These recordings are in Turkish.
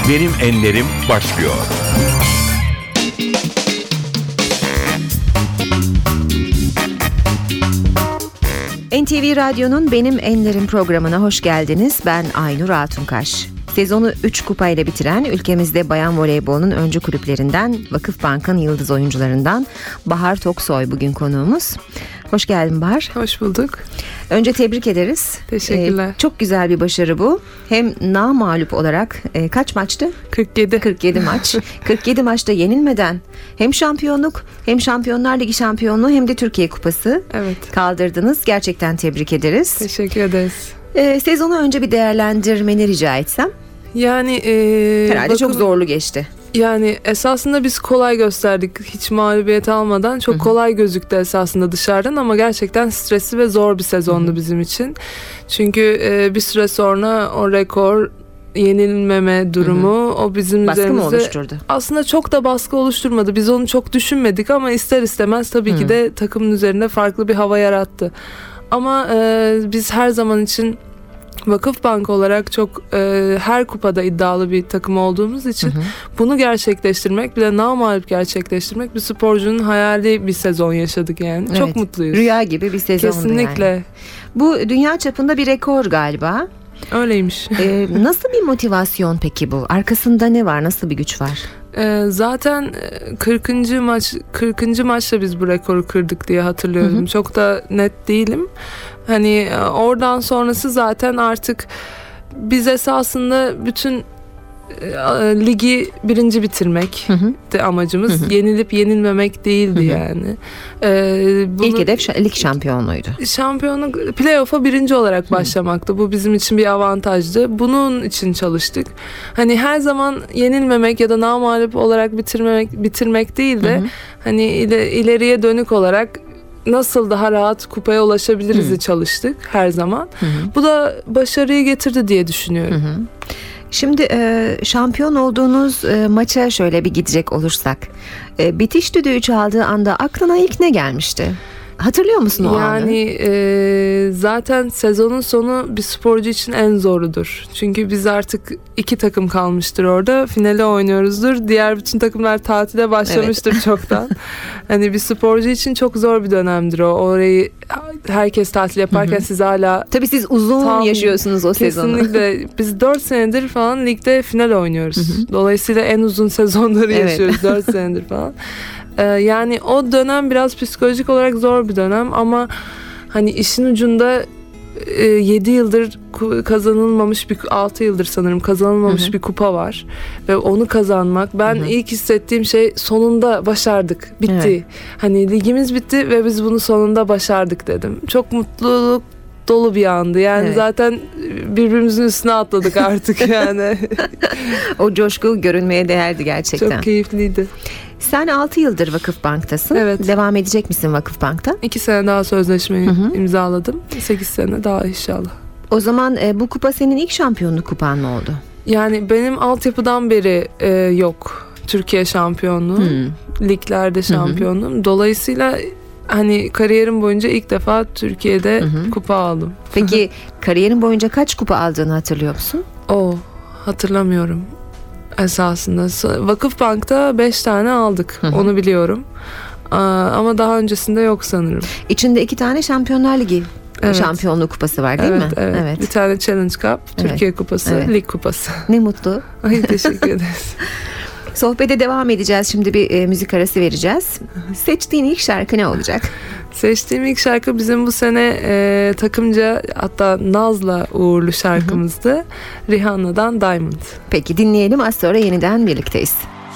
Benim Enlerim başlıyor. NTV Radyo'nun Benim Enlerim programına hoş geldiniz. Ben Aynur Altunkaş. Sezonu 3 kupayla bitiren ülkemizde bayan voleybolunun öncü kulüplerinden Vakıfbank'ın yıldız oyuncularından Bahar Toksoy bugün konuğumuz. Hoş geldin Bahar. Hoş bulduk. Önce tebrik ederiz. Teşekkürler. Çok güzel bir başarı bu. Hem namağlup olarak kaç maçtı? 47 maç. 47 maçta yenilmeden hem şampiyonluk hem Şampiyonlar Ligi şampiyonluğu hem de Türkiye Kupası kaldırdınız. Gerçekten tebrik ederiz. Teşekkür ederiz. Sezonu önce bir değerlendirmeni rica etsem. Yani herhalde çok zorlu geçti. Yani esasında biz kolay gösterdik. Hiç mağlubiyet almadan çok kolay gözüktü esasında dışarıdan ama gerçekten stresli ve zor bir sezondu bizim için. Çünkü bir süre sonra o rekor yenilmeme durumu o bizim baskı üzerimizde mı oluşturdu? Aslında çok da baskı oluşturmadı. Biz onu çok düşünmedik ama ister istemez tabii ki de takımın üzerinde farklı bir hava yarattı. Ama biz her zaman için Vakıfbank olarak çok her kupada iddialı bir takım olduğumuz için bunu gerçekleştirmek, bir de namağlup gerçekleştirmek bir sporcunun hayali bir sezon yaşadık yani. Evet. Çok mutluyuz. Rüya gibi bir sezondu. Kesinlikle. Yani. Bu dünya çapında bir rekor galiba. Öyleymiş. Nasıl bir motivasyon peki bu? Arkasında ne var? Nasıl bir güç var? Zaten 40. maçta biz bu rekoru kırdık diye hatırlıyorum. Çok da net değilim. Hani oradan sonrası zaten artık biz esasında bütün ligi birinci bitirmek de amacımız. Yenilip yenilmemek değildi yani. İlk hedef lig şampiyonluğuydu. Şampiyonluk, playoff'a birinci olarak başlamaktı. Bu bizim için bir avantajdı. Bunun için çalıştık. Hani her zaman yenilmemek ya da namağlup olarak bitirmek değil de hani ileriye dönük olarak nasıl daha rahat kupaya ulaşabiliriz çalıştık her zaman. Bu da başarıyı getirdi diye düşünüyorum. Şimdi şampiyon olduğunuz maça şöyle bir gidecek olursak, bitiş düdüğü çaldığı anda aklına ilk ne gelmişti? Hatırlıyor musun o anı? Yani zaten sezonun sonu bir sporcu için en zorudur. Çünkü biz artık 2 takım kalmıştır orada. Finale oynuyoruzdur. Diğer bütün takımlar tatile başlamıştır çoktan. Hani bir sporcu için çok zor bir dönemdir o. Orayı herkes tatil yaparken siz hala... Tabii siz uzun yaşıyorsunuz o sezonu. Kesinlikle. Biz 4 senedir falan ligde final oynuyoruz. Dolayısıyla en uzun sezonları yaşıyoruz 4 senedir falan. Yani o dönem biraz psikolojik olarak zor bir dönem ama hani işin ucunda 7 yıldır kazanılmamış 6 yıldır sanırım kazanılmamış bir kupa var ve onu kazanmak, ben ilk hissettiğim şey sonunda başardık, bitti. Hani ligimiz bitti ve biz bunu sonunda başardık dedim. Çok mutluluk dolu bir andı. Yani zaten birbirimizin üstüne atladık artık yani. O coşku görünmeye değerdi gerçekten. Çok keyifliydi. Sen 6 yıldır Vakıfbank'tasın. Evet. Devam edecek misin Vakıfbank'ta? 2 sene daha sözleşmeyi imzaladım. 8 sene daha inşallah. O zaman bu kupa senin ilk şampiyonluk kupan mı oldu? Yani benim altyapıdan beri yok Türkiye şampiyonluğu. Liglerde şampiyonluğum. Dolayısıyla hani kariyerim boyunca ilk defa Türkiye'de kupa aldım. Peki kariyerin boyunca kaç kupa aldığını hatırlıyor musun? Hatırlamıyorum. Esasında Vakıfbank'ta 5 tane aldık. Onu biliyorum. Ama daha öncesinde yok sanırım. İçinde 2 tane Şampiyonlar Ligi şampiyonluğu kupası var değil mi? Evet. Bir tane Challenge Cup, Türkiye Kupası, Lig Kupası. Ne mutlu. Ay, teşekkür ederiz. Sohbete devam edeceğiz. Şimdi bir müzik arası vereceğiz. Seçtiğin ilk şarkı ne olacak? Seçtiğim ilk şarkı bizim bu sene takımca, hatta Naz'la uğurlu şarkımızdı. Rihanna'dan Diamond. Peki dinleyelim, az sonra yeniden birlikteyiz.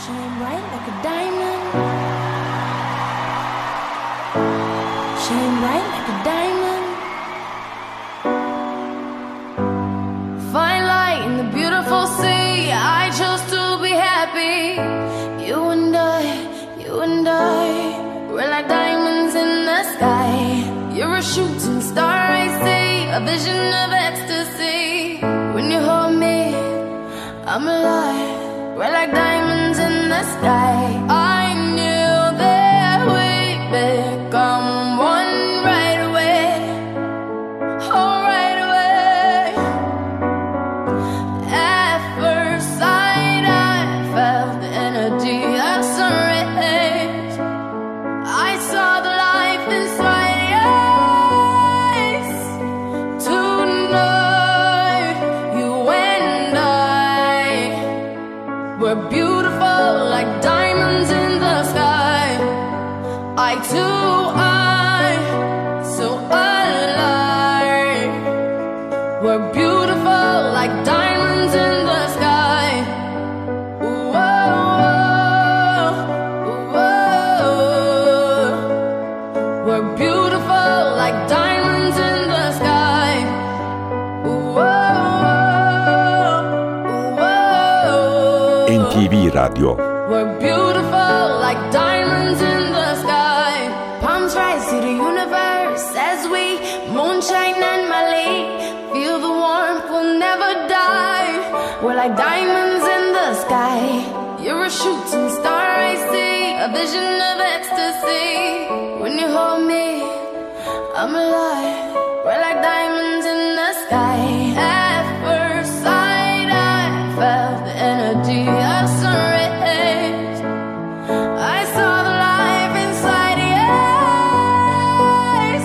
A shooting star, I see a vision of ecstasy. When you hold me, I'm alive. We're like diamonds in the sky. I knew that we'd become one right away. Oh, right away. At first sight, We're beautiful like diamonds in the sky. NTV Radyo. We're beautiful like diamonds in the sky. Palms rise to the universe as we moonshine and Malay. Feel the warmth, we'll never die. We're like diamonds in the sky. You're a shooting star, I see. A vision of ecstasy. When you hold me, I'm alive. We're like diamonds in the sky. At first sight, I felt the energy of sun rays. I saw the life inside your eyes.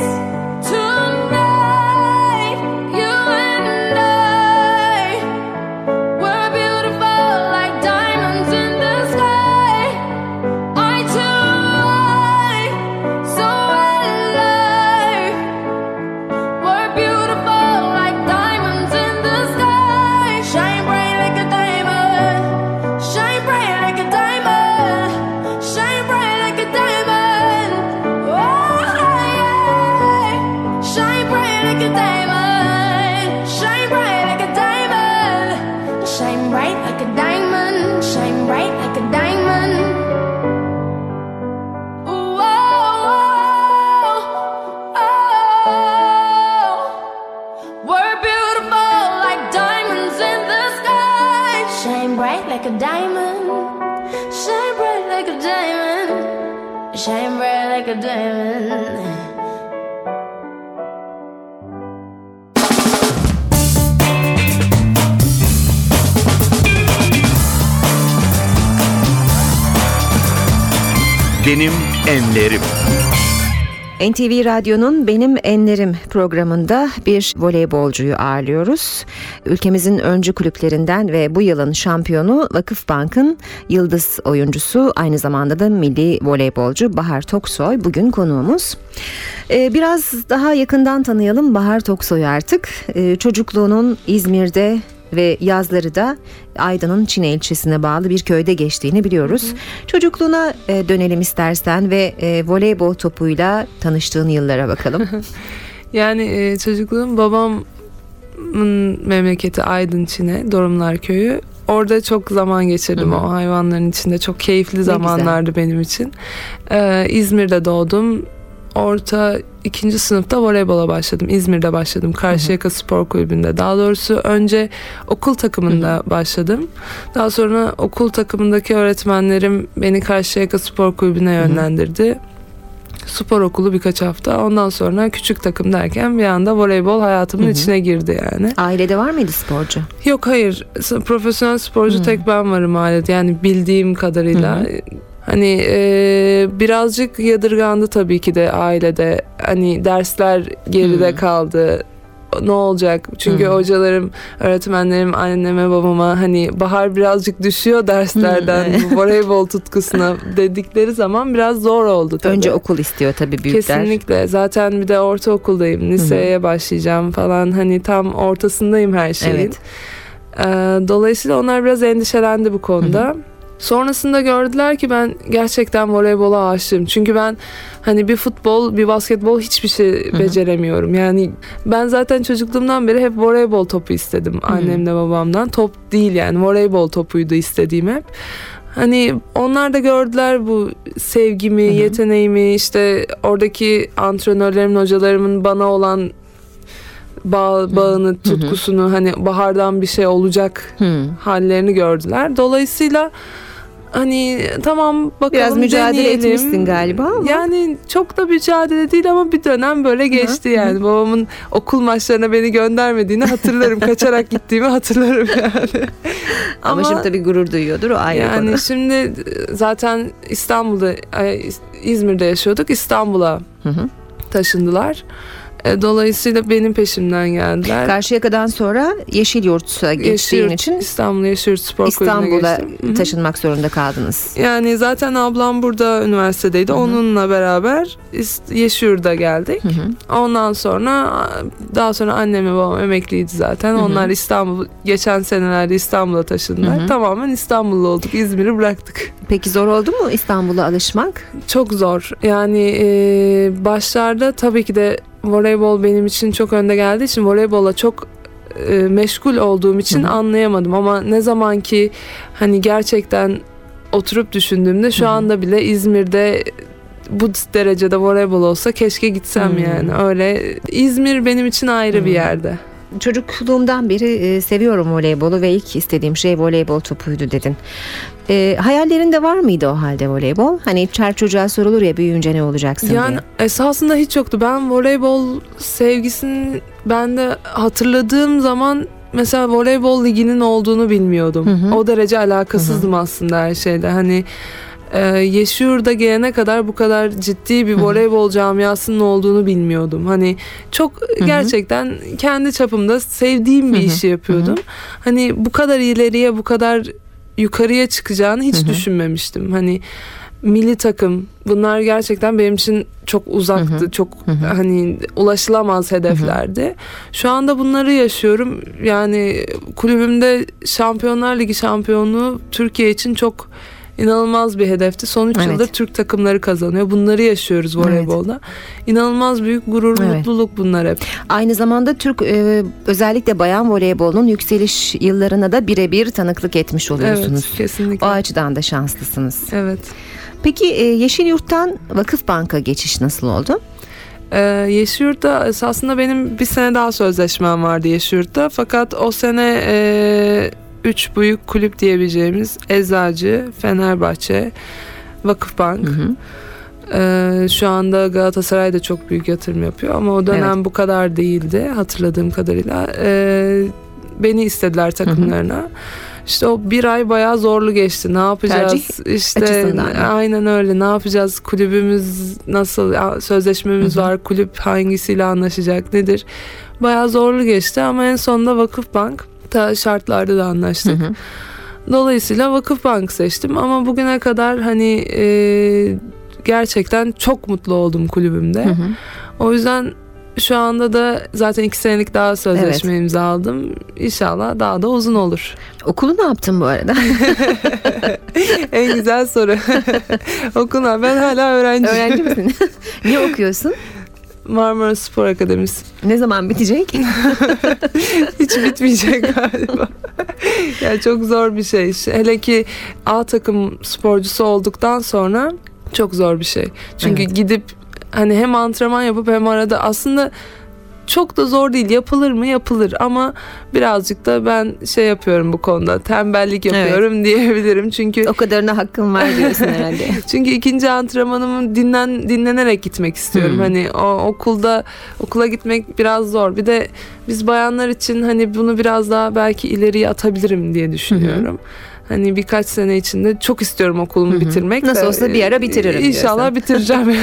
Tonight, you and I, we're beautiful like diamonds in the sky. I too, so alive. We're beautiful like diamonds in the sky. Shine bright like a diamond. Shine bright like a diamond. Shine bright like a diamond. Oh, yeah. Shine bright like a diamond. Shine bright like a diamond. Shine bright like a diamond. Shine bright like a diamond. Ooh, oh, oh, oh. We're beautiful like diamonds in the sky. Shine bright like a diamond. Shine bright like a diamond. Shine bright like a diamond. Benim Enlerim. NTV Radyo'nun Benim Enlerim programında bir voleybolcuyu ağırlıyoruz. Ülkemizin öncü kulüplerinden ve bu yılın şampiyonu Vakıfbank'ın yıldız oyuncusu, aynı zamanda da milli voleybolcu Bahar Toksoy bugün konuğumuz. Biraz daha yakından tanıyalım Bahar Toksoy'u artık. Çocukluğunun İzmir'de ve yazları da Aydın'ın Çine ilçesine bağlı bir köyde geçtiğini biliyoruz. Hı hı. Çocukluğuna dönelim istersen ve voleybol topuyla tanıştığın yıllara bakalım. Yani çocukluğum babamın memleketi Aydın Çine, Dorumlar Köyü. Orada çok zaman geçirdim, hı hı, o hayvanların içinde. Çok keyifli zamanlardı benim için. İzmir'de doğdum. Orta 2. sınıfta voleybola başladım. İzmir'de başladım. Karşıyaka Spor Kulübü'nde. Daha doğrusu önce okul takımında başladım. Daha sonra okul takımındaki öğretmenlerim beni Karşıyaka Spor Kulübü'ne yönlendirdi. Spor okulu birkaç hafta. Ondan sonra küçük takım derken bir anda voleybol hayatımın içine girdi yani. Ailede var mıydı sporcu? Yok, hayır. Profesyonel sporcu tek ben varım ailede. Yani bildiğim kadarıyla. Hani birazcık yadırgandı tabii ki de ailede. Hani dersler geride kaldı. Ne olacak? Çünkü hocalarım, öğretmenlerim anneme babama hani Bahar birazcık düşüyor derslerden voleybol tutkusuna dedikleri zaman biraz zor oldu tabii. Önce okul istiyor tabii büyükler. Kesinlikle. Zaten bir de ortaokuldayım. Liseye başlayacağım falan. Hani tam ortasındayım her şeyin. Evet. Dolayısıyla onlar biraz endişelendi bu konuda. Sonrasında gördüler ki ben gerçekten voleybola aşığım. Çünkü ben hani bir futbol, bir basketbol hiçbir şey beceremiyorum. Yani ben zaten çocukluğumdan beri hep voleybol topu istedim annemle babamdan. Top değil yani, voleybol topuydu istediğim hep. Hani onlar da gördüler bu sevgimi, yeteneğimi, işte oradaki antrenörlerimin, hocalarımın bana olan bağını, tutkusunu, hani Bahar'dan bir şey olacak hallerini gördüler. Dolayısıyla hani tamam bakalım, biraz mücadele deneyelim. Etmişsin galiba ama. Yani çok da mücadele değil ama bir dönem böyle geçti yani. Babamın okul maçlarına beni göndermediğini hatırlarım. Kaçarak gittiğimi hatırlarım yani. Ama şimdi tabii gurur duyuyordur, o ayrı yani konu. Şimdi zaten İzmir'de yaşıyorduk. İstanbul'a taşındılar. Dolayısıyla benim peşimden geldiler. Karşıyaka'dan sonra Yeşilyurt'a geçtiğin için İstanbul Yeşilyurt Spor Kulübü'ne İstanbul'a geçtim. taşınmak zorunda kaldınız. Yani zaten ablam burada üniversitedeydi. Onunla beraber Yeşilyurt'a geldik. Ondan sonra daha sonra annem ve babam emekliydi zaten. Onlar geçen senelerde İstanbul'a taşındılar. Tamamen İstanbullu olduk. İzmir'i bıraktık. Peki zor oldu mu İstanbul'a alışmak? Çok zor. Yani başlarda tabii ki de voleybol benim için çok önde geldiği için voleybolla çok meşgul olduğum için anlayamadım. Ama ne zaman ki hani gerçekten oturup düşündüğümde şu anda bile İzmir'de bu derecede voleybol olsa keşke gitsem yani. Öyle İzmir benim için ayrı bir yerde. Çocukluğumdan beri seviyorum voleybolu ve ilk istediğim şey voleybol topuydu dedin. Hayallerinde var mıydı o halde voleybol? Hani her çocuğa sorulur ya, büyüyünce ne olacaksın yani diye. Esasında hiç yoktu. Ben voleybol sevgisini de hatırladığım zaman mesela voleybol liginin olduğunu bilmiyordum. O derece alakasızdım aslında her şeyle. Hani Yeşilyurt'a gelene kadar bu kadar ciddi bir voleybol camiasının olduğunu bilmiyordum. Hani çok gerçekten kendi çapımda sevdiğim bir işi yapıyordum. Hani bu kadar ileriye, bu kadar yukarıya çıkacağını hiç düşünmemiştim. Hani milli takım, bunlar gerçekten benim için çok uzaktı. Çok hani ulaşılamaz hedeflerdi. Şu anda bunları yaşıyorum. Yani kulübümde Şampiyonlar Ligi şampiyonluğu Türkiye için çok İnanılmaz bir hedefti. Son 3 yıldır Türk takımları kazanıyor. Bunları yaşıyoruz voleybolda. İnanılmaz büyük gurur, mutluluk bunlar hep. Aynı zamanda Türk özellikle bayan voleybolunun yükseliş yıllarına da birebir tanıklık etmiş oluyorsunuz. Evet, kesinlikle. O açıdan da şanslısınız. Evet. Peki Yeşilyurt'tan Vakıfbank'a geçiş nasıl oldu? Yeşilyurt'ta esasında benim bir sene daha sözleşmem vardı Yeşilyurt'ta. Fakat o sene 3 büyük kulüp diyebileceğimiz Eczacı, Fenerbahçe, Vakıfbank. Şu anda Galatasaray da çok büyük yatırım yapıyor ama o dönem bu kadar değildi hatırladığım kadarıyla. Beni istediler takımlarına. İşte o bir ay bayağı zorlu geçti. Ne yapacağız? Tercih işte açısından. aynen öyle. Ne yapacağız? Kulübümüz nasıl? Sözleşmemiz var. Kulüp hangisiyle anlaşacak? Nedir? Bayağı zorlu geçti ama en sonunda Vakıfbank şartlarda da anlaştık. Dolayısıyla Vakıfbank seçtim ama bugüne kadar hani gerçekten çok mutlu oldum kulübümde. O yüzden şu anda da zaten 2 senelik daha sözleşme imzaladım. İnşallah daha da uzun olur. Okulu ne yaptın bu arada? En güzel soru. Okula ben hala öğrenciyim. Öğrenci misin? Ne okuyorsun? Marmara Spor Akademisi. Ne zaman bitecek? Hiç bitmeyecek galiba. Yani çok zor bir şey. Hele ki A takım sporcusu olduktan sonra çok zor bir şey. Çünkü gidip hani hem antrenman yapıp hem arada aslında çok da zor değil. Yapılır mı? Yapılır ama birazcık da ben şey yapıyorum bu konuda. Tembellik yapıyorum diyebilirim. Çünkü o kadarına hakkım var diyorsun herhalde. Çünkü ikinci antrenmanımı dinlenerek gitmek istiyorum. Hani okula gitmek biraz zor. Bir de biz bayanlar için hani bunu biraz daha belki ileriye atabilirim diye düşünüyorum. Hani birkaç sene içinde çok istiyorum okulumu bitirmek. Nasıl olsa bir ara bitiririm İnşallah diyorsun. bitireceğim.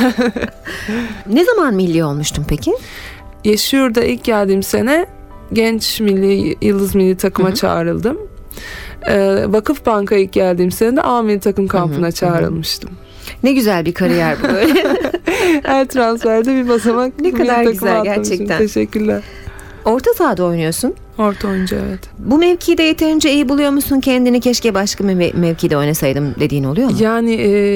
Ne zaman milli olmuştun peki? Yeşilyurt'a ilk geldiğim sene genç yıldız milli takıma çağrıldım. Vakıfbank'a ilk geldiğim sene de A milli takım kampına çağrılmıştım. Ne güzel bir kariyer bu böyle. Her transferde bir basamak. Ne kadar güzel gerçekten. Teşekkürler. Orta sahada oynuyorsun. Orta oyuncu, evet. Bu mevkide yeterince iyi buluyor musun kendini? Keşke başka bir mevkide oynasaydım dediğin oluyor mu? Yani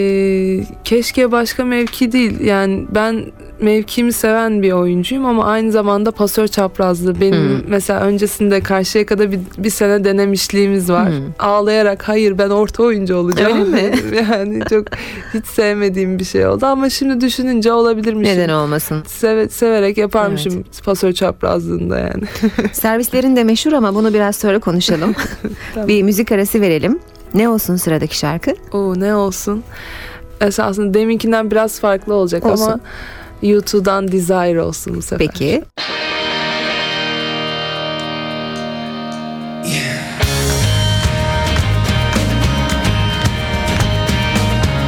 keşke başka mevki değil. Yani ben mevkimi seven bir oyuncuyum ama aynı zamanda pasör çaprazlı. Benim mesela öncesinde Karşıyaka'da bir sene denemişliğimiz var. Ağlayarak hayır ben orta oyuncu olacağım. Öyle mi? Yani çok hiç sevmediğim bir şey oldu ama şimdi düşününce olabilirmişim. Neden olmasın? Severek yaparmışım pasör çaprazlığında yani. Servislerin de meşhur ama bunu biraz sonra konuşalım. Tamam. Bir müzik arası verelim. Ne olsun sıradaki şarkı? Ne olsun? Esasında deminkinden biraz farklı olacak ama U2'dan Desire olsun bu sefer. Peki.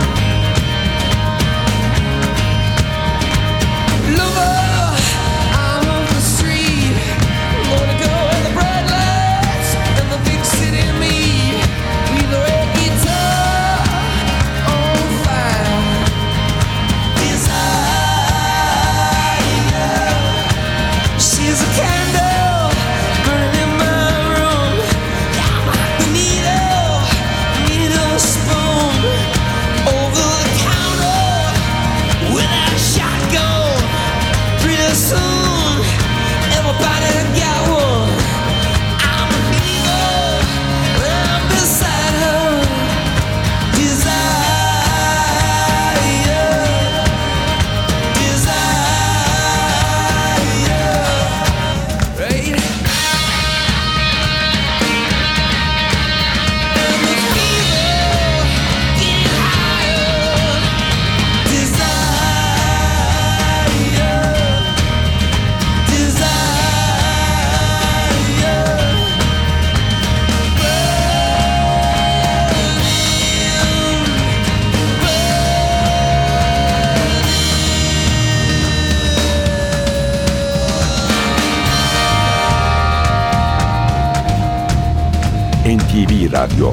Lover, NTV Radyo.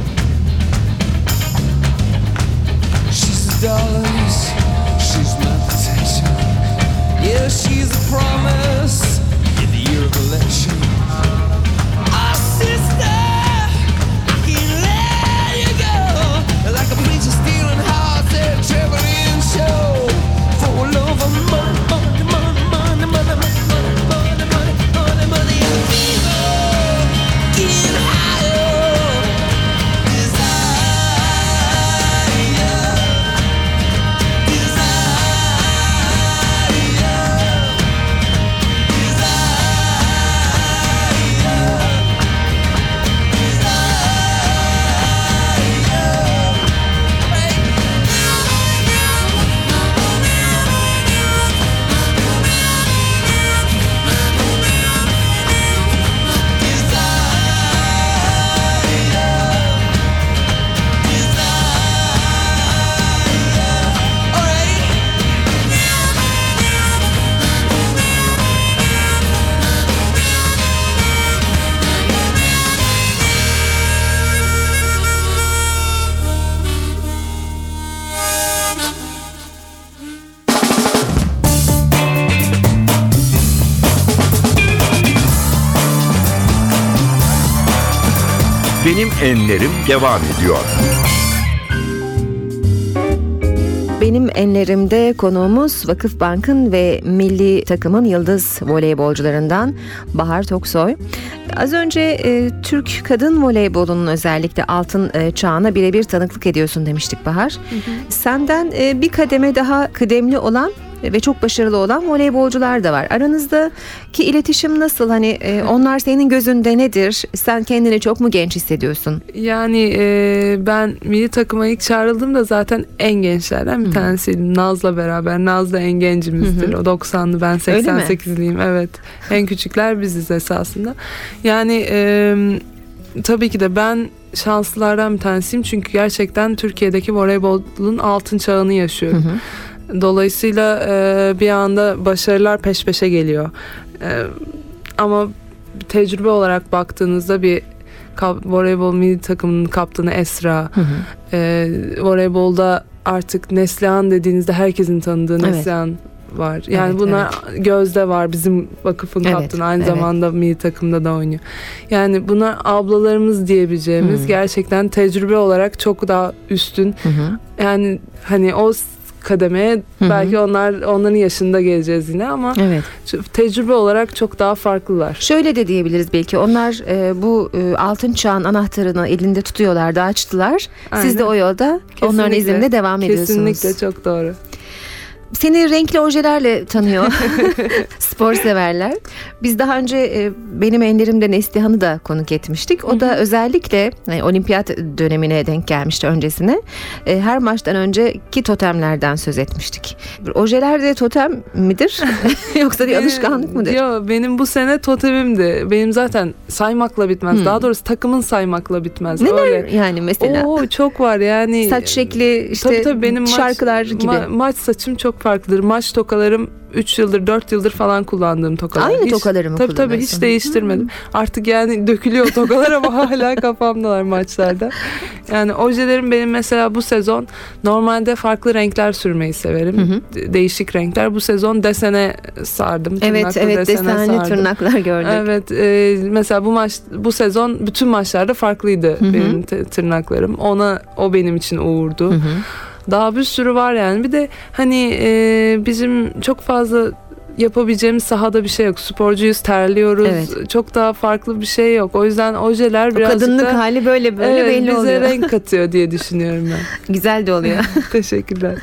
She's a dollars, she's my protection. Yeah, she's a promise in the year of election. Oh, sister, I can't let you go. Like a preacher stealing hearts at a traveling show. For love of money, money, money, money, money, money, money, money, money, money, and people get higher. Benim Enlerim devam ediyor. Benim enlerimde konuğumuz Vakıfbank'ın ve milli takımın yıldız voleybolcularından Bahar Toksoy. Az önce Türk kadın voleybolunun özellikle altın çağına birebir tanıklık ediyorsun demiştik Bahar. Hı hı. Senden bir kademe daha kıdemli olan ve çok başarılı olan voleybolcular da var. Aranızdaki iletişim nasıl? Hani onlar senin gözünde nedir? Sen kendini çok mu genç hissediyorsun? Yani ben milli takıma ilk çağrıldığımda zaten en gençlerden bir tanesiydim. Naz'la beraber. Naz da en gencimizdir. O 90'lı, ben 88'liyim. Evet. En küçükler biziz esasında. Yani tabii ki de ben şanslılardan bir tanesiyim. Çünkü gerçekten Türkiye'deki voleybolun altın çağını yaşıyorum. Hı hı. Dolayısıyla bir anda başarılar peş peşe geliyor. Ama tecrübe olarak baktığınızda bir voleybol milli takımının kaptanı Esra, voleybolda artık Neslihan dediğinizde herkesin tanıdığı Neslihan var. Yani bunlar Gözde var, bizim vakıfın kaptanı, aynı zamanda milli takımda da oynuyor. Yani bunlar ablalarımız diyebileceğimiz gerçekten tecrübe olarak çok daha üstün. Yani hani o kademeye belki onların yaşında geleceğiz yine ama tecrübe olarak çok daha farklılar. Şöyle de diyebiliriz belki, onlar bu altın çağın anahtarını elinde tutuyorlar da açtılar. Aynen. Siz de o yolda onların izinde devam ediyorsunuz. Kesinlikle, çok doğru. Seni renkli ojelerle tanıyor spor severler. Biz daha önce benim enlerimde Neslihan'ı da konuk etmiştik. O da özellikle olimpiyat dönemine denk gelmişti, öncesine. Her maçtan önceki totemlerden söz etmiştik. Ojeler de totem midir? Yoksa bir alışkanlık mıdır? Yok, benim bu sene totemimdi. Benim zaten saymakla bitmez. Daha doğrusu takımın saymakla bitmez. Neler öyle. Yani mesela? Çok var yani. Saç şekli, işte tabii benim şarkılar gibi. Maç saçım çok farklıdır. Maç tokalarım 3 yıldır 4 yıldır falan kullandığım tokalar. Aynı tokaları mı kullanıyorsun? Tabii hiç değiştirmedim. Artık yani dökülüyor tokalar ama hala kafamdalar maçlarda. Yani ojelerim benim mesela bu sezon, normalde farklı renkler sürmeyi severim. Değişik renkler. Bu sezon desene sardım. Evet desenli tırnaklar gördük. Evet, mesela bu sezon bütün maçlarda farklıydı benim tırnaklarım. O benim için uğurdu. Daha bir sürü var yani. Bir de hani bizim çok fazla yapabileceğimiz sahada bir şey yok. Sporcuyuz, terliyoruz. Çok daha farklı bir şey yok. O yüzden ojeler birazcık kadınlık da hali böyle belli bize oluyor. Bize renk katıyor diye düşünüyorum ben. Güzel de oluyor. Teşekkürler.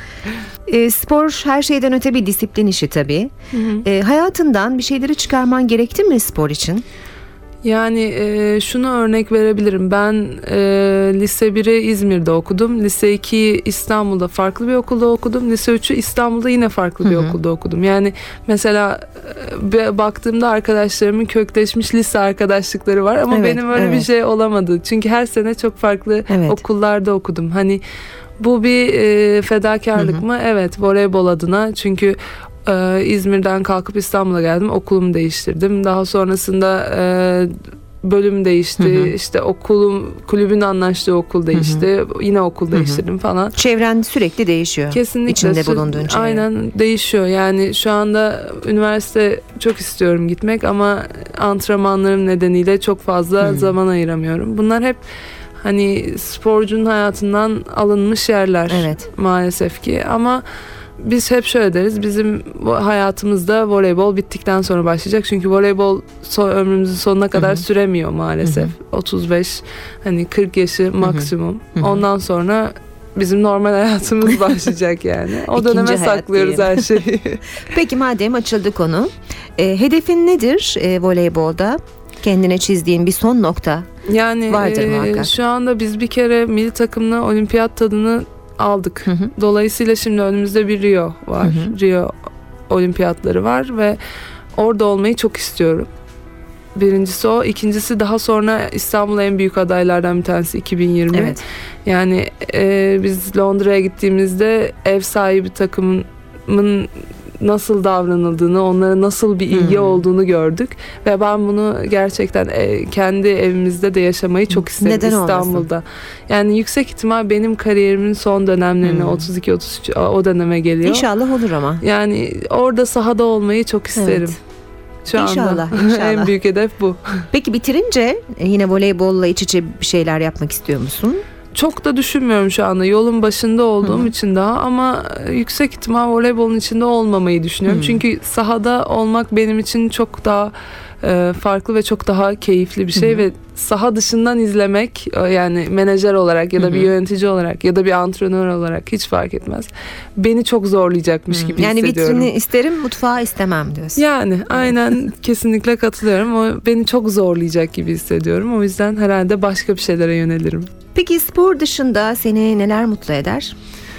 Spor her şeyden öte bir disiplin işi tabii. Hayatından bir şeyleri çıkarman gerekti mi spor için? Yani şunu örnek verebilirim. Ben lise 1'i İzmir'de okudum. Lise 2'yi İstanbul'da farklı bir okulda okudum. Lise 3'ü İstanbul'da yine farklı bir okulda okudum. Yani mesela baktığımda arkadaşlarımın kökleşmiş lise arkadaşlıkları var ama benim öyle bir şey olamadı. Çünkü her sene çok farklı okullarda okudum. Hani bu bir fedakarlık mı? Evet, voleybol adına. Çünkü İzmir'den kalkıp İstanbul'a geldim. Okulumu değiştirdim. Daha sonrasında bölüm değişti. İşte kulübün anlaştığı okul değişti. Yine okul değiştirdim falan. Çevren sürekli değişiyor. Kesinlikle. İçinde bulunduğun çevre. Aynen değişiyor. Yani şu anda üniversite çok istiyorum gitmek ama antrenmanlarım nedeniyle çok fazla zaman ayıramıyorum. Bunlar hep hani sporcunun hayatından alınmış yerler maalesef ki, ama biz hep şöyle deriz, bizim hayatımızda voleybol bittikten sonra başlayacak. Çünkü voleybol ömrümüzün sonuna kadar süremiyor maalesef. 35 hani 40 yaşı maksimum. Ondan sonra bizim normal hayatımız başlayacak yani. O döneme saklıyoruz her şeyi. Peki madem açıldı konu, hedefin nedir voleybolda? Kendine çizdiğin bir son nokta yani vardır muhakkak. Şu anda biz bir kere milli takımla olimpiyat tadını aldık. Dolayısıyla şimdi önümüzde bir Rio var. Rio olimpiyatları var ve orada olmayı çok istiyorum. Birincisi o. İkincisi daha sonra İstanbul'a en büyük adaylardan bir tanesi 2020. Evet. Yani biz Londra'ya gittiğimizde ev sahibi takımın nasıl davranıldığını, onlara nasıl bir ilgi olduğunu gördük ve ben bunu gerçekten kendi evimizde de yaşamayı çok isterim. Neden İstanbul'da. Olmasın? Yani yüksek ihtimal benim kariyerimin son dönemlerine 32-33 o döneme geliyor. İnşallah olur ama. Yani orada sahada olmayı çok isterim. Şu İnşallah. anda en büyük hedef bu. Peki bitirince yine voleybolla iç içe bir şeyler yapmak istiyor musun? Çok da düşünmüyorum şu anda. Yolun başında olduğum için daha, ama yüksek ihtimal voleybolun içinde olmamayı düşünüyorum. Çünkü sahada olmak benim için çok daha farklı ve çok daha keyifli bir şey ve saha dışından izlemek, yani menajer olarak ya da bir yönetici olarak ya da bir antrenör olarak hiç fark etmez. Beni çok zorlayacakmış gibi hissediyorum. Yani vitrini isterim, mutfağı istemem diyorsun. Yani aynen kesinlikle katılıyorum. O beni çok zorlayacak gibi hissediyorum. O yüzden herhalde başka bir şeylere yönelirim. Peki spor dışında seni neler mutlu eder?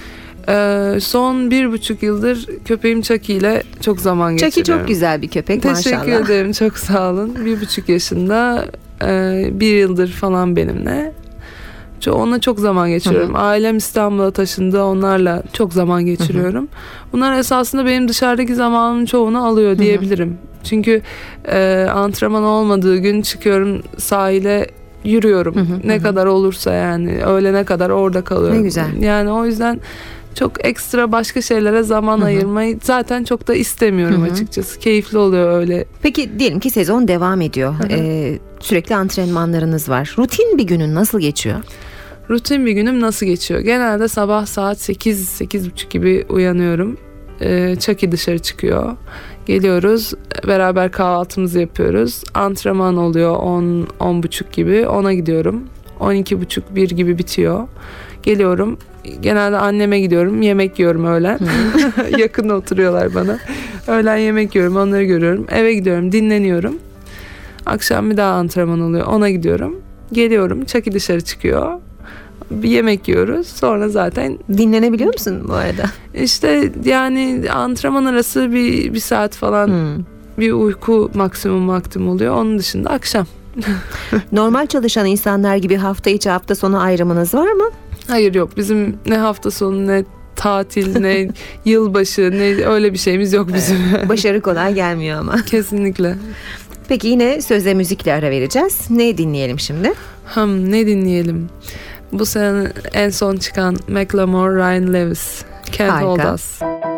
Son 1,5 yıldır köpeğim Chucky ile çok zaman geçiriyorum. Chucky çok güzel bir köpek maşallah. Teşekkür ederim, çok sağ olun. 1,5 yaşında, 1 yıldır falan benimle. Onunla çok zaman geçiriyorum. Ailem İstanbul'a taşındı, onlarla çok zaman geçiriyorum. Bunlar esasında benim dışarıdaki zamanımın çoğunu alıyor diyebilirim. Çünkü antrenman olmadığı gün çıkıyorum sahile, yürüyorum. Ne kadar olursa, yani öğlene kadar orada kalıyorum. Ne güzel. Yani o yüzden çok ekstra başka şeylere zaman ayırmayı zaten çok da istemiyorum açıkçası. Keyifli oluyor öyle. Peki diyelim ki sezon devam ediyor. Sürekli antrenmanlarınız var. Rutin bir günün nasıl geçiyor? Rutin bir günüm nasıl geçiyor? Genelde sabah saat 8-8.30 gibi uyanıyorum. Chucky dışarı çıkıyor. Geliyoruz, beraber kahvaltımızı yapıyoruz. Antrenman oluyor 10-10.30 gibi. Ona gidiyorum. 12.30-1 gibi bitiyor. Geliyorum. Genelde anneme gidiyorum. Yemek yiyorum öğlen. Yakın oturuyorlar bana. Öğlen yemek yiyorum. Onları görüyorum. Eve gidiyorum. Dinleniyorum. Akşam bir daha antrenman oluyor. Ona gidiyorum. Geliyorum. Chucky dışarı çıkıyor. Bir yemek yiyoruz. Sonra zaten... Dinlenebiliyor musun bu arada? İşte yani antrenman arası bir saat falan bir uyku maksimum vaktim oluyor. Onun dışında akşam. Normal çalışan insanlar gibi hafta içi hafta sonu ayrımınız var mı? Hayır, yok. Bizim ne hafta sonu ne tatil ne yılbaşı ne öyle bir şeyimiz yok bizim. Başarı kolay gelmiyor ama. Kesinlikle. Peki yine söze müzikle ara vereceğiz. Ne dinleyelim şimdi? Ne dinleyelim? Bu sene en son çıkan Macklemore, Ryan Lewis, Can't Hold Us.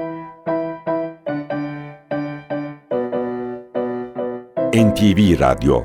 NTV Radyo.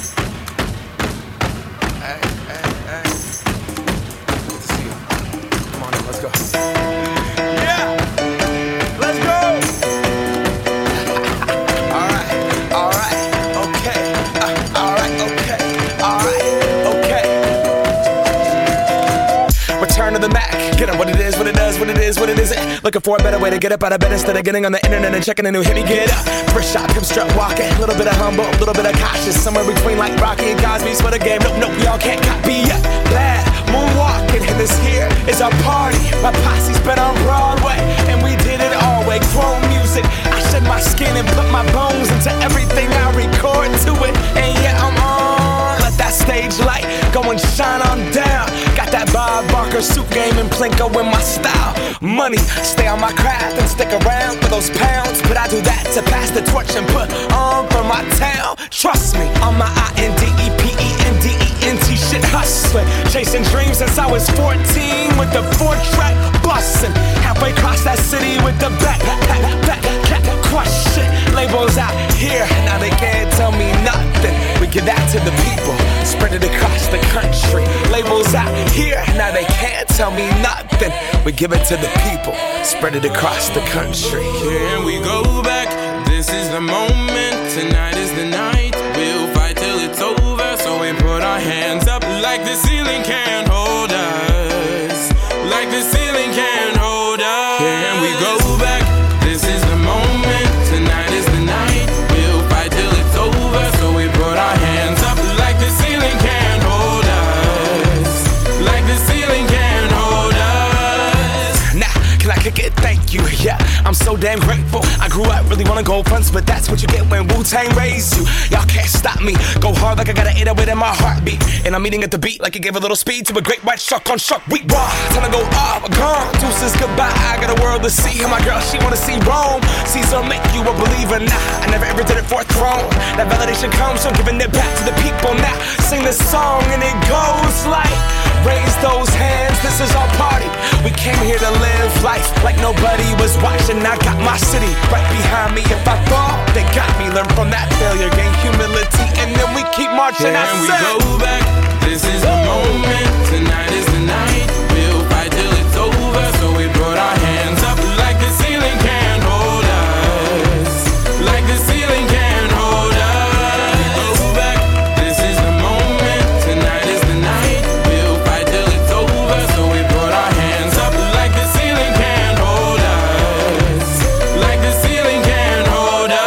What it isn't. Looking for a better way to get up out of bed instead of getting on the internet and checking a new hit. Me get up, first shot, come strut walking. A little bit of humble, a little bit of cautious. Somewhere between like Rocky and Cosby's for the game. Nope, y'all can't copy yet. Bad moonwalking, and this here is our party. My posse's been on Broadway, and we did it all way. Chrome music, I shed my skin and put my bones into everything I record to it. And yeah, I'm on. Let that stage light go and shine on down. Got that Bob Barker suit game and Plinko in my style. Money, stay on my craft and stick around for those pounds. But I do that to pass the torch and put on for my town. Trust me, on my INDEPENDENT. shit, hustling. Chasing dreams since I was 14 with the 4-track bustin'. Halfway across that city with the back question. Labels out here, now they can't tell me nothing. We give that to the people, spread it across the country. Labels out here, now they can't tell me nothing. We give it to the people, spread it across the country. Here we go back, this is the moment, tonight is the night. We'll fight till it's over, so we put our hands up like the ceiling can't hold us. Like the ceiling can't hold us. Here we go back, this is the moment, tonight is the night. We'll fight till it's over, so we put our hands up like the ceiling can't hold us. Like the ceiling can't hold us. Nah, can I kick it? Thank you, yeah. I'm so damn grateful. I grew up really wanna go fronts, but that's what you get when Wu-Tang raised you. Y'all can't stop me. Go hard like I got an 808 in my heartbeat. And I'm eating at the beat like it gave a little speed to a great white shark on shark. We raw. Time to go off, gone. Deuces goodbye. I got a world to see. And my girl, she wanna see Rome. Caesar make you a believer. Nah, I never ever did it for a throne. That validation comes from giving it back to the people. Now sing this song and it goes like, raise those hands, this is our party. We came here to live life like nobody was watching. I got my city right behind me. If I fall, they got me. Learn from that failure, gain humility, and then we keep marching. And we go back, this is the moment, tonight is the night. We'll fight till it's over, so we put our hands up like the ceiling can't hold us. Like the ceiling can't hold us. We go back, this is the moment, tonight is the night. We'll fight till it's over, so we put our hands up like the ceiling can't hold us. Like the ceiling can't hold us.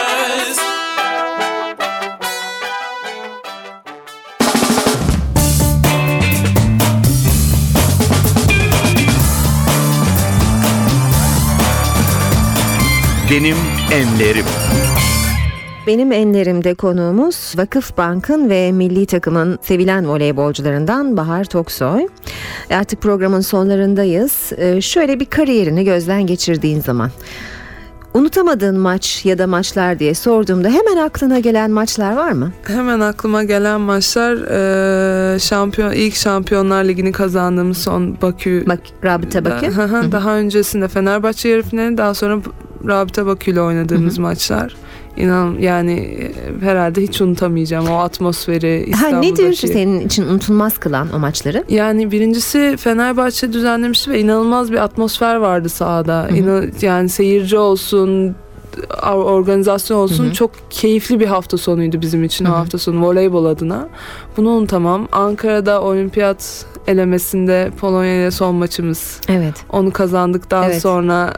Benim enlerim. Benim enlerimde konuğumuz Vakıfbank'ın ve milli takımın sevilen voleybolcularından Bahar Toksoy. Artık programın sonlarındayız. Şöyle bir kariyerini gözden geçirdiğin zaman unutamadığın maç ya da maçlar diye sorduğumda hemen aklına gelen maçlar var mı? Hemen aklıma gelen maçlar ilk Şampiyonlar Ligi'ni kazandığımız son Bakü. Rabıta Bakü. Daha öncesinde Fenerbahçe yarı finali, daha sonra Rabıta Bakü ile oynadığımız maçlar. Yani herhalde hiç unutamayacağım o atmosferi, İstanbul'daki. Nedir senin için unutulmaz kılan o maçları? Yani birincisi Fenerbahçe düzenlemişti ve inanılmaz bir atmosfer vardı sahada. Yani seyirci olsun, organizasyon olsun, çok keyifli bir hafta sonuydu bizim için o hafta sonu voleybol adına. Bunu unutamam. Ankara'da olimpiyat elemesinde Polonya ile son maçımız. Evet. Onu kazandıktan sonra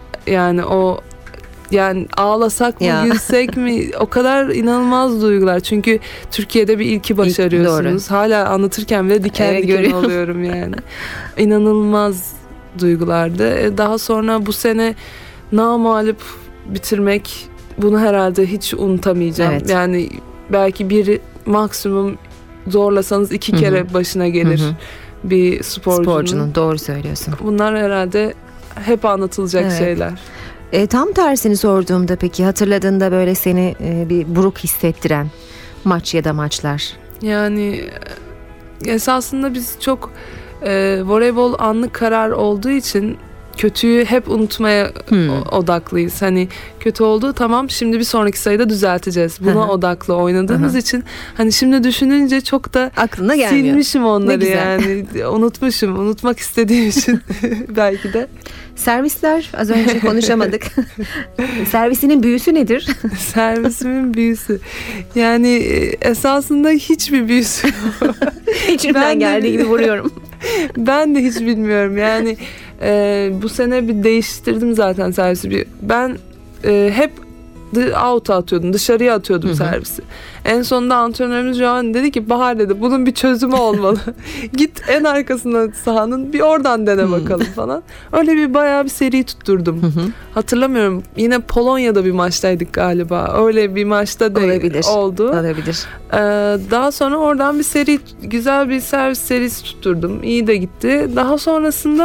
yani ağlasak mı, gülsek mi, o kadar inanılmaz duygular. Çünkü Türkiye'de bir ilki başarıyorsunuz. Hala anlatırken bile diken diken oluyorum yani. İnanılmaz duygulardı. Daha sonra bu sene namağlup bitirmek, bunu herhalde hiç unutamayacağım. Evet. Yani belki bir maksimum zorlasanız 2 kere başına gelir bir sporcunun. Doğru söylüyorsun. Bunlar herhalde hep anlatılacak şeyler. Tam tersini sorduğumda peki hatırladığında böyle seni bir buruk hissettiren maç ya da maçlar? Yani esasında biz çok voleybol anlık karar olduğu için kötüyü hep unutmaya odaklıyız. Hani kötü oldu, tamam, şimdi bir sonraki sayıda düzelteceğiz. Buna odaklı oynadığımız için hani şimdi düşününce çok da aklına gelmiyor. Silmişim onları yani. Unutmuşum. Unutmak istediğim için belki de. Servisler, az önce konuşamadık. Servisinin büyüsü nedir? Servisimin büyüsü. Yani esasında hiçbir büyüsü yok. İçimden geldiği gibi vuruyorum. Ben de hiç bilmiyorum. Yani bu sene bir değiştirdim zaten servisi. Ben hep out'a atıyordum, dışarıya atıyordum servisi. En sonunda antrenörümüz Johan dedi ki, Bahar dedi, bunun bir çözümü olmalı. Git en arkasına sahanın, bir oradan dene bakalım falan. Öyle bir bayağı bir seri tutturdum. Hatırlamıyorum, yine Polonya'da bir maçtaydık galiba. Öyle bir maçta oldu. Olabilir. Daha sonra oradan bir güzel bir servis serisi tutturdum. İyi de gitti. Daha sonrasında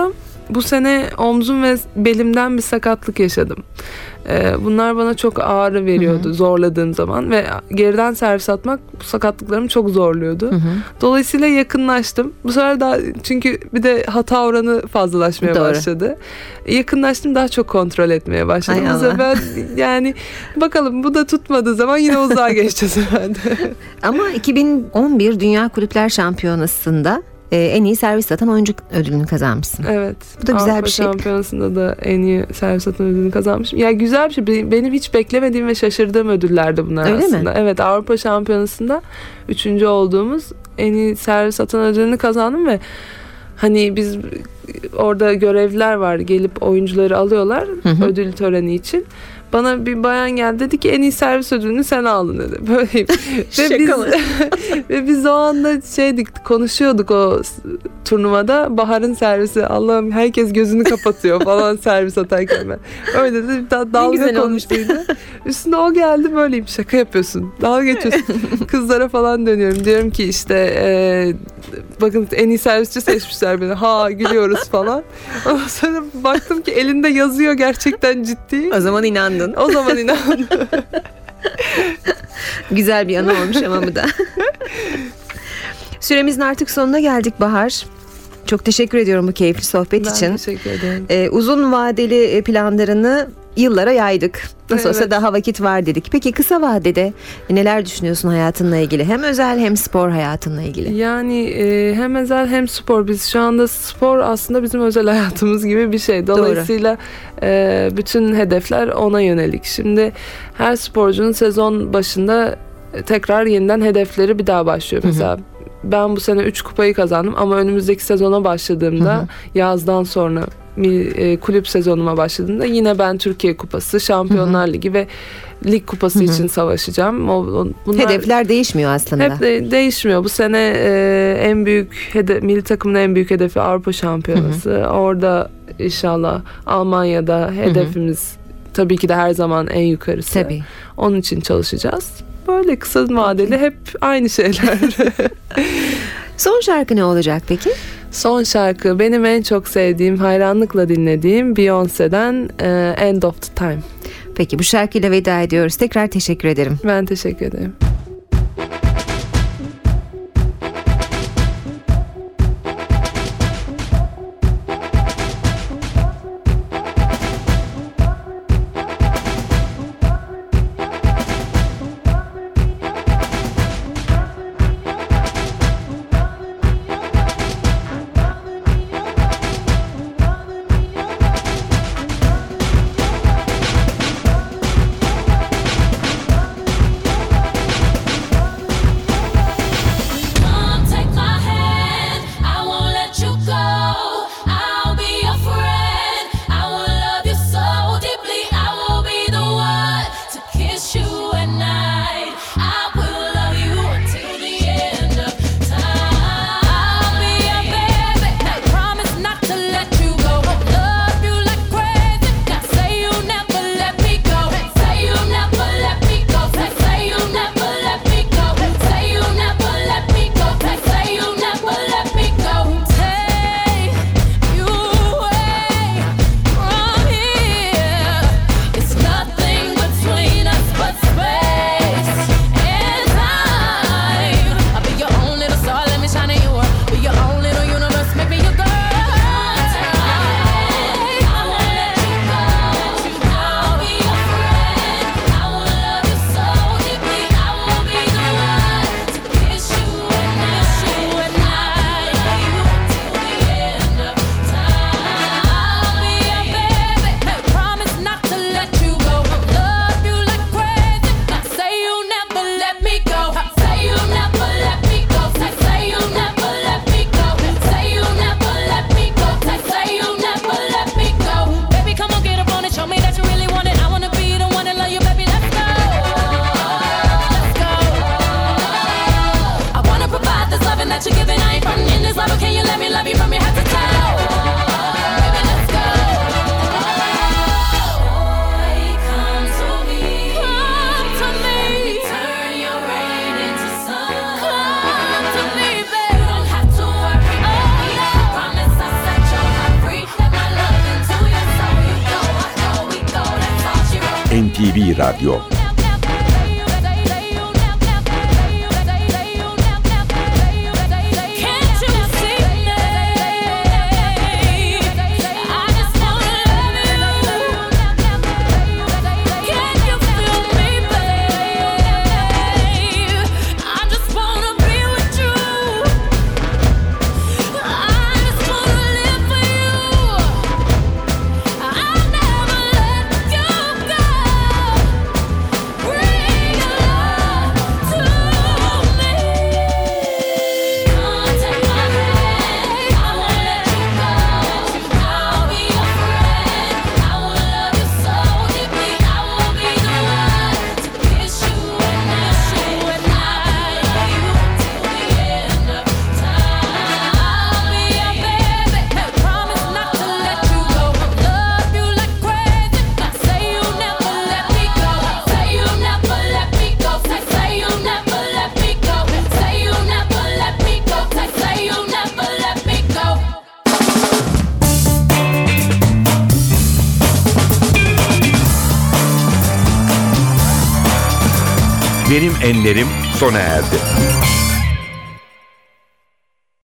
bu sene omzum ve belimden bir sakatlık yaşadım. Bunlar bana çok ağrı veriyordu zorladığım zaman ve geriden servis atmak bu sakatlıklarımı çok zorluyordu. Dolayısıyla yakınlaştım. Bu sefer daha, çünkü bir de hata oranı fazlalaşmaya başladı. Yakınlaştım, daha çok kontrol etmeye başladım. Bu sefer yani bakalım, bu da tutmadığı zaman yine uzağa geçeceğiz herhalde. Ama 2011 Dünya Kulüpler Şampiyonası'nda en iyi servis atan oyuncu ödülünü kazanmışsın. Evet. Bu da güzel Avrupa bir şey. Şampiyonası'nda da en iyi servis atan ödülünü kazanmışım. Ya güzel bir şey. Benim hiç beklemediğim ve şaşırdığım ödüllerdi bunlar. Öyle aslında. Mi? Evet, Avrupa Şampiyonası'nda 3. olduğumuz en iyi servis atan ödülünü kazandım ve hani biz orada görevliler var, gelip oyuncuları alıyorlar ödül töreni için. Bana bir bayan geldi, dedi ki en iyi servis ödülünü sen aldın dedi. Böyleyim. ve biz o anda konuşuyorduk o turnuvada, Bahar'ın servisi, Allah'ım herkes gözünü kapatıyor falan servis atarken ben. Öyle de dalga konuştuydu. Üstüne o geldi, böyleyim, şaka yapıyorsun, dalga geçiyorsun. Kızlara falan dönüyorum, diyorum ki işte bakın en iyi servisçi seçmişler beni. Ha, gülüyoruz falan. Ondan sonra baktım ki elinde yazıyor, gerçekten ciddi. O zaman inandın. O zaman inandım. Güzel bir anı olmuş ama bu da. Süremizin artık sonuna geldik Bahar. Çok teşekkür ediyorum bu keyifli sohbet için. Ben teşekkür ederim. Uzun vadeli planlarını yıllara yaydık. Nasıl olsa daha vakit var dedik. Peki kısa vadede neler düşünüyorsun hayatınla ilgili? Hem özel hem spor hayatınla ilgili. Yani hem özel hem spor. Biz şu anda spor aslında bizim özel hayatımız gibi bir şey. Dolayısıyla bütün hedefler ona yönelik. Şimdi her sporcunun sezon başında tekrar yeniden hedefleri bir daha başlıyor. Mesela ben bu sene 3 kupayı kazandım ama önümüzdeki sezona başladığımda yazdan sonra kulüp sezonuma başladığımda yine ben Türkiye Kupası, Şampiyonlar Ligi ve Lig Kupası için savaşacağım. Bunlar hedefler değişmiyor aslında. Hep değişmiyor. Bu sene en büyük milli takımın en büyük hedefi Avrupa Şampiyonası. Orada inşallah Almanya'da hedefimiz tabii ki de her zaman en yukarısı. Tabii. Onun için çalışacağız. Böyle kısa vadeli hep aynı şeyler. Son şarkı ne olacak peki? Son şarkı benim en çok sevdiğim, hayranlıkla dinlediğim Beyoncé'den End of the Time. Peki bu şarkıyla veda ediyoruz. Tekrar teşekkür ederim. Ben teşekkür ederim. NTV Radyo. Benim Enlerim sona erdi.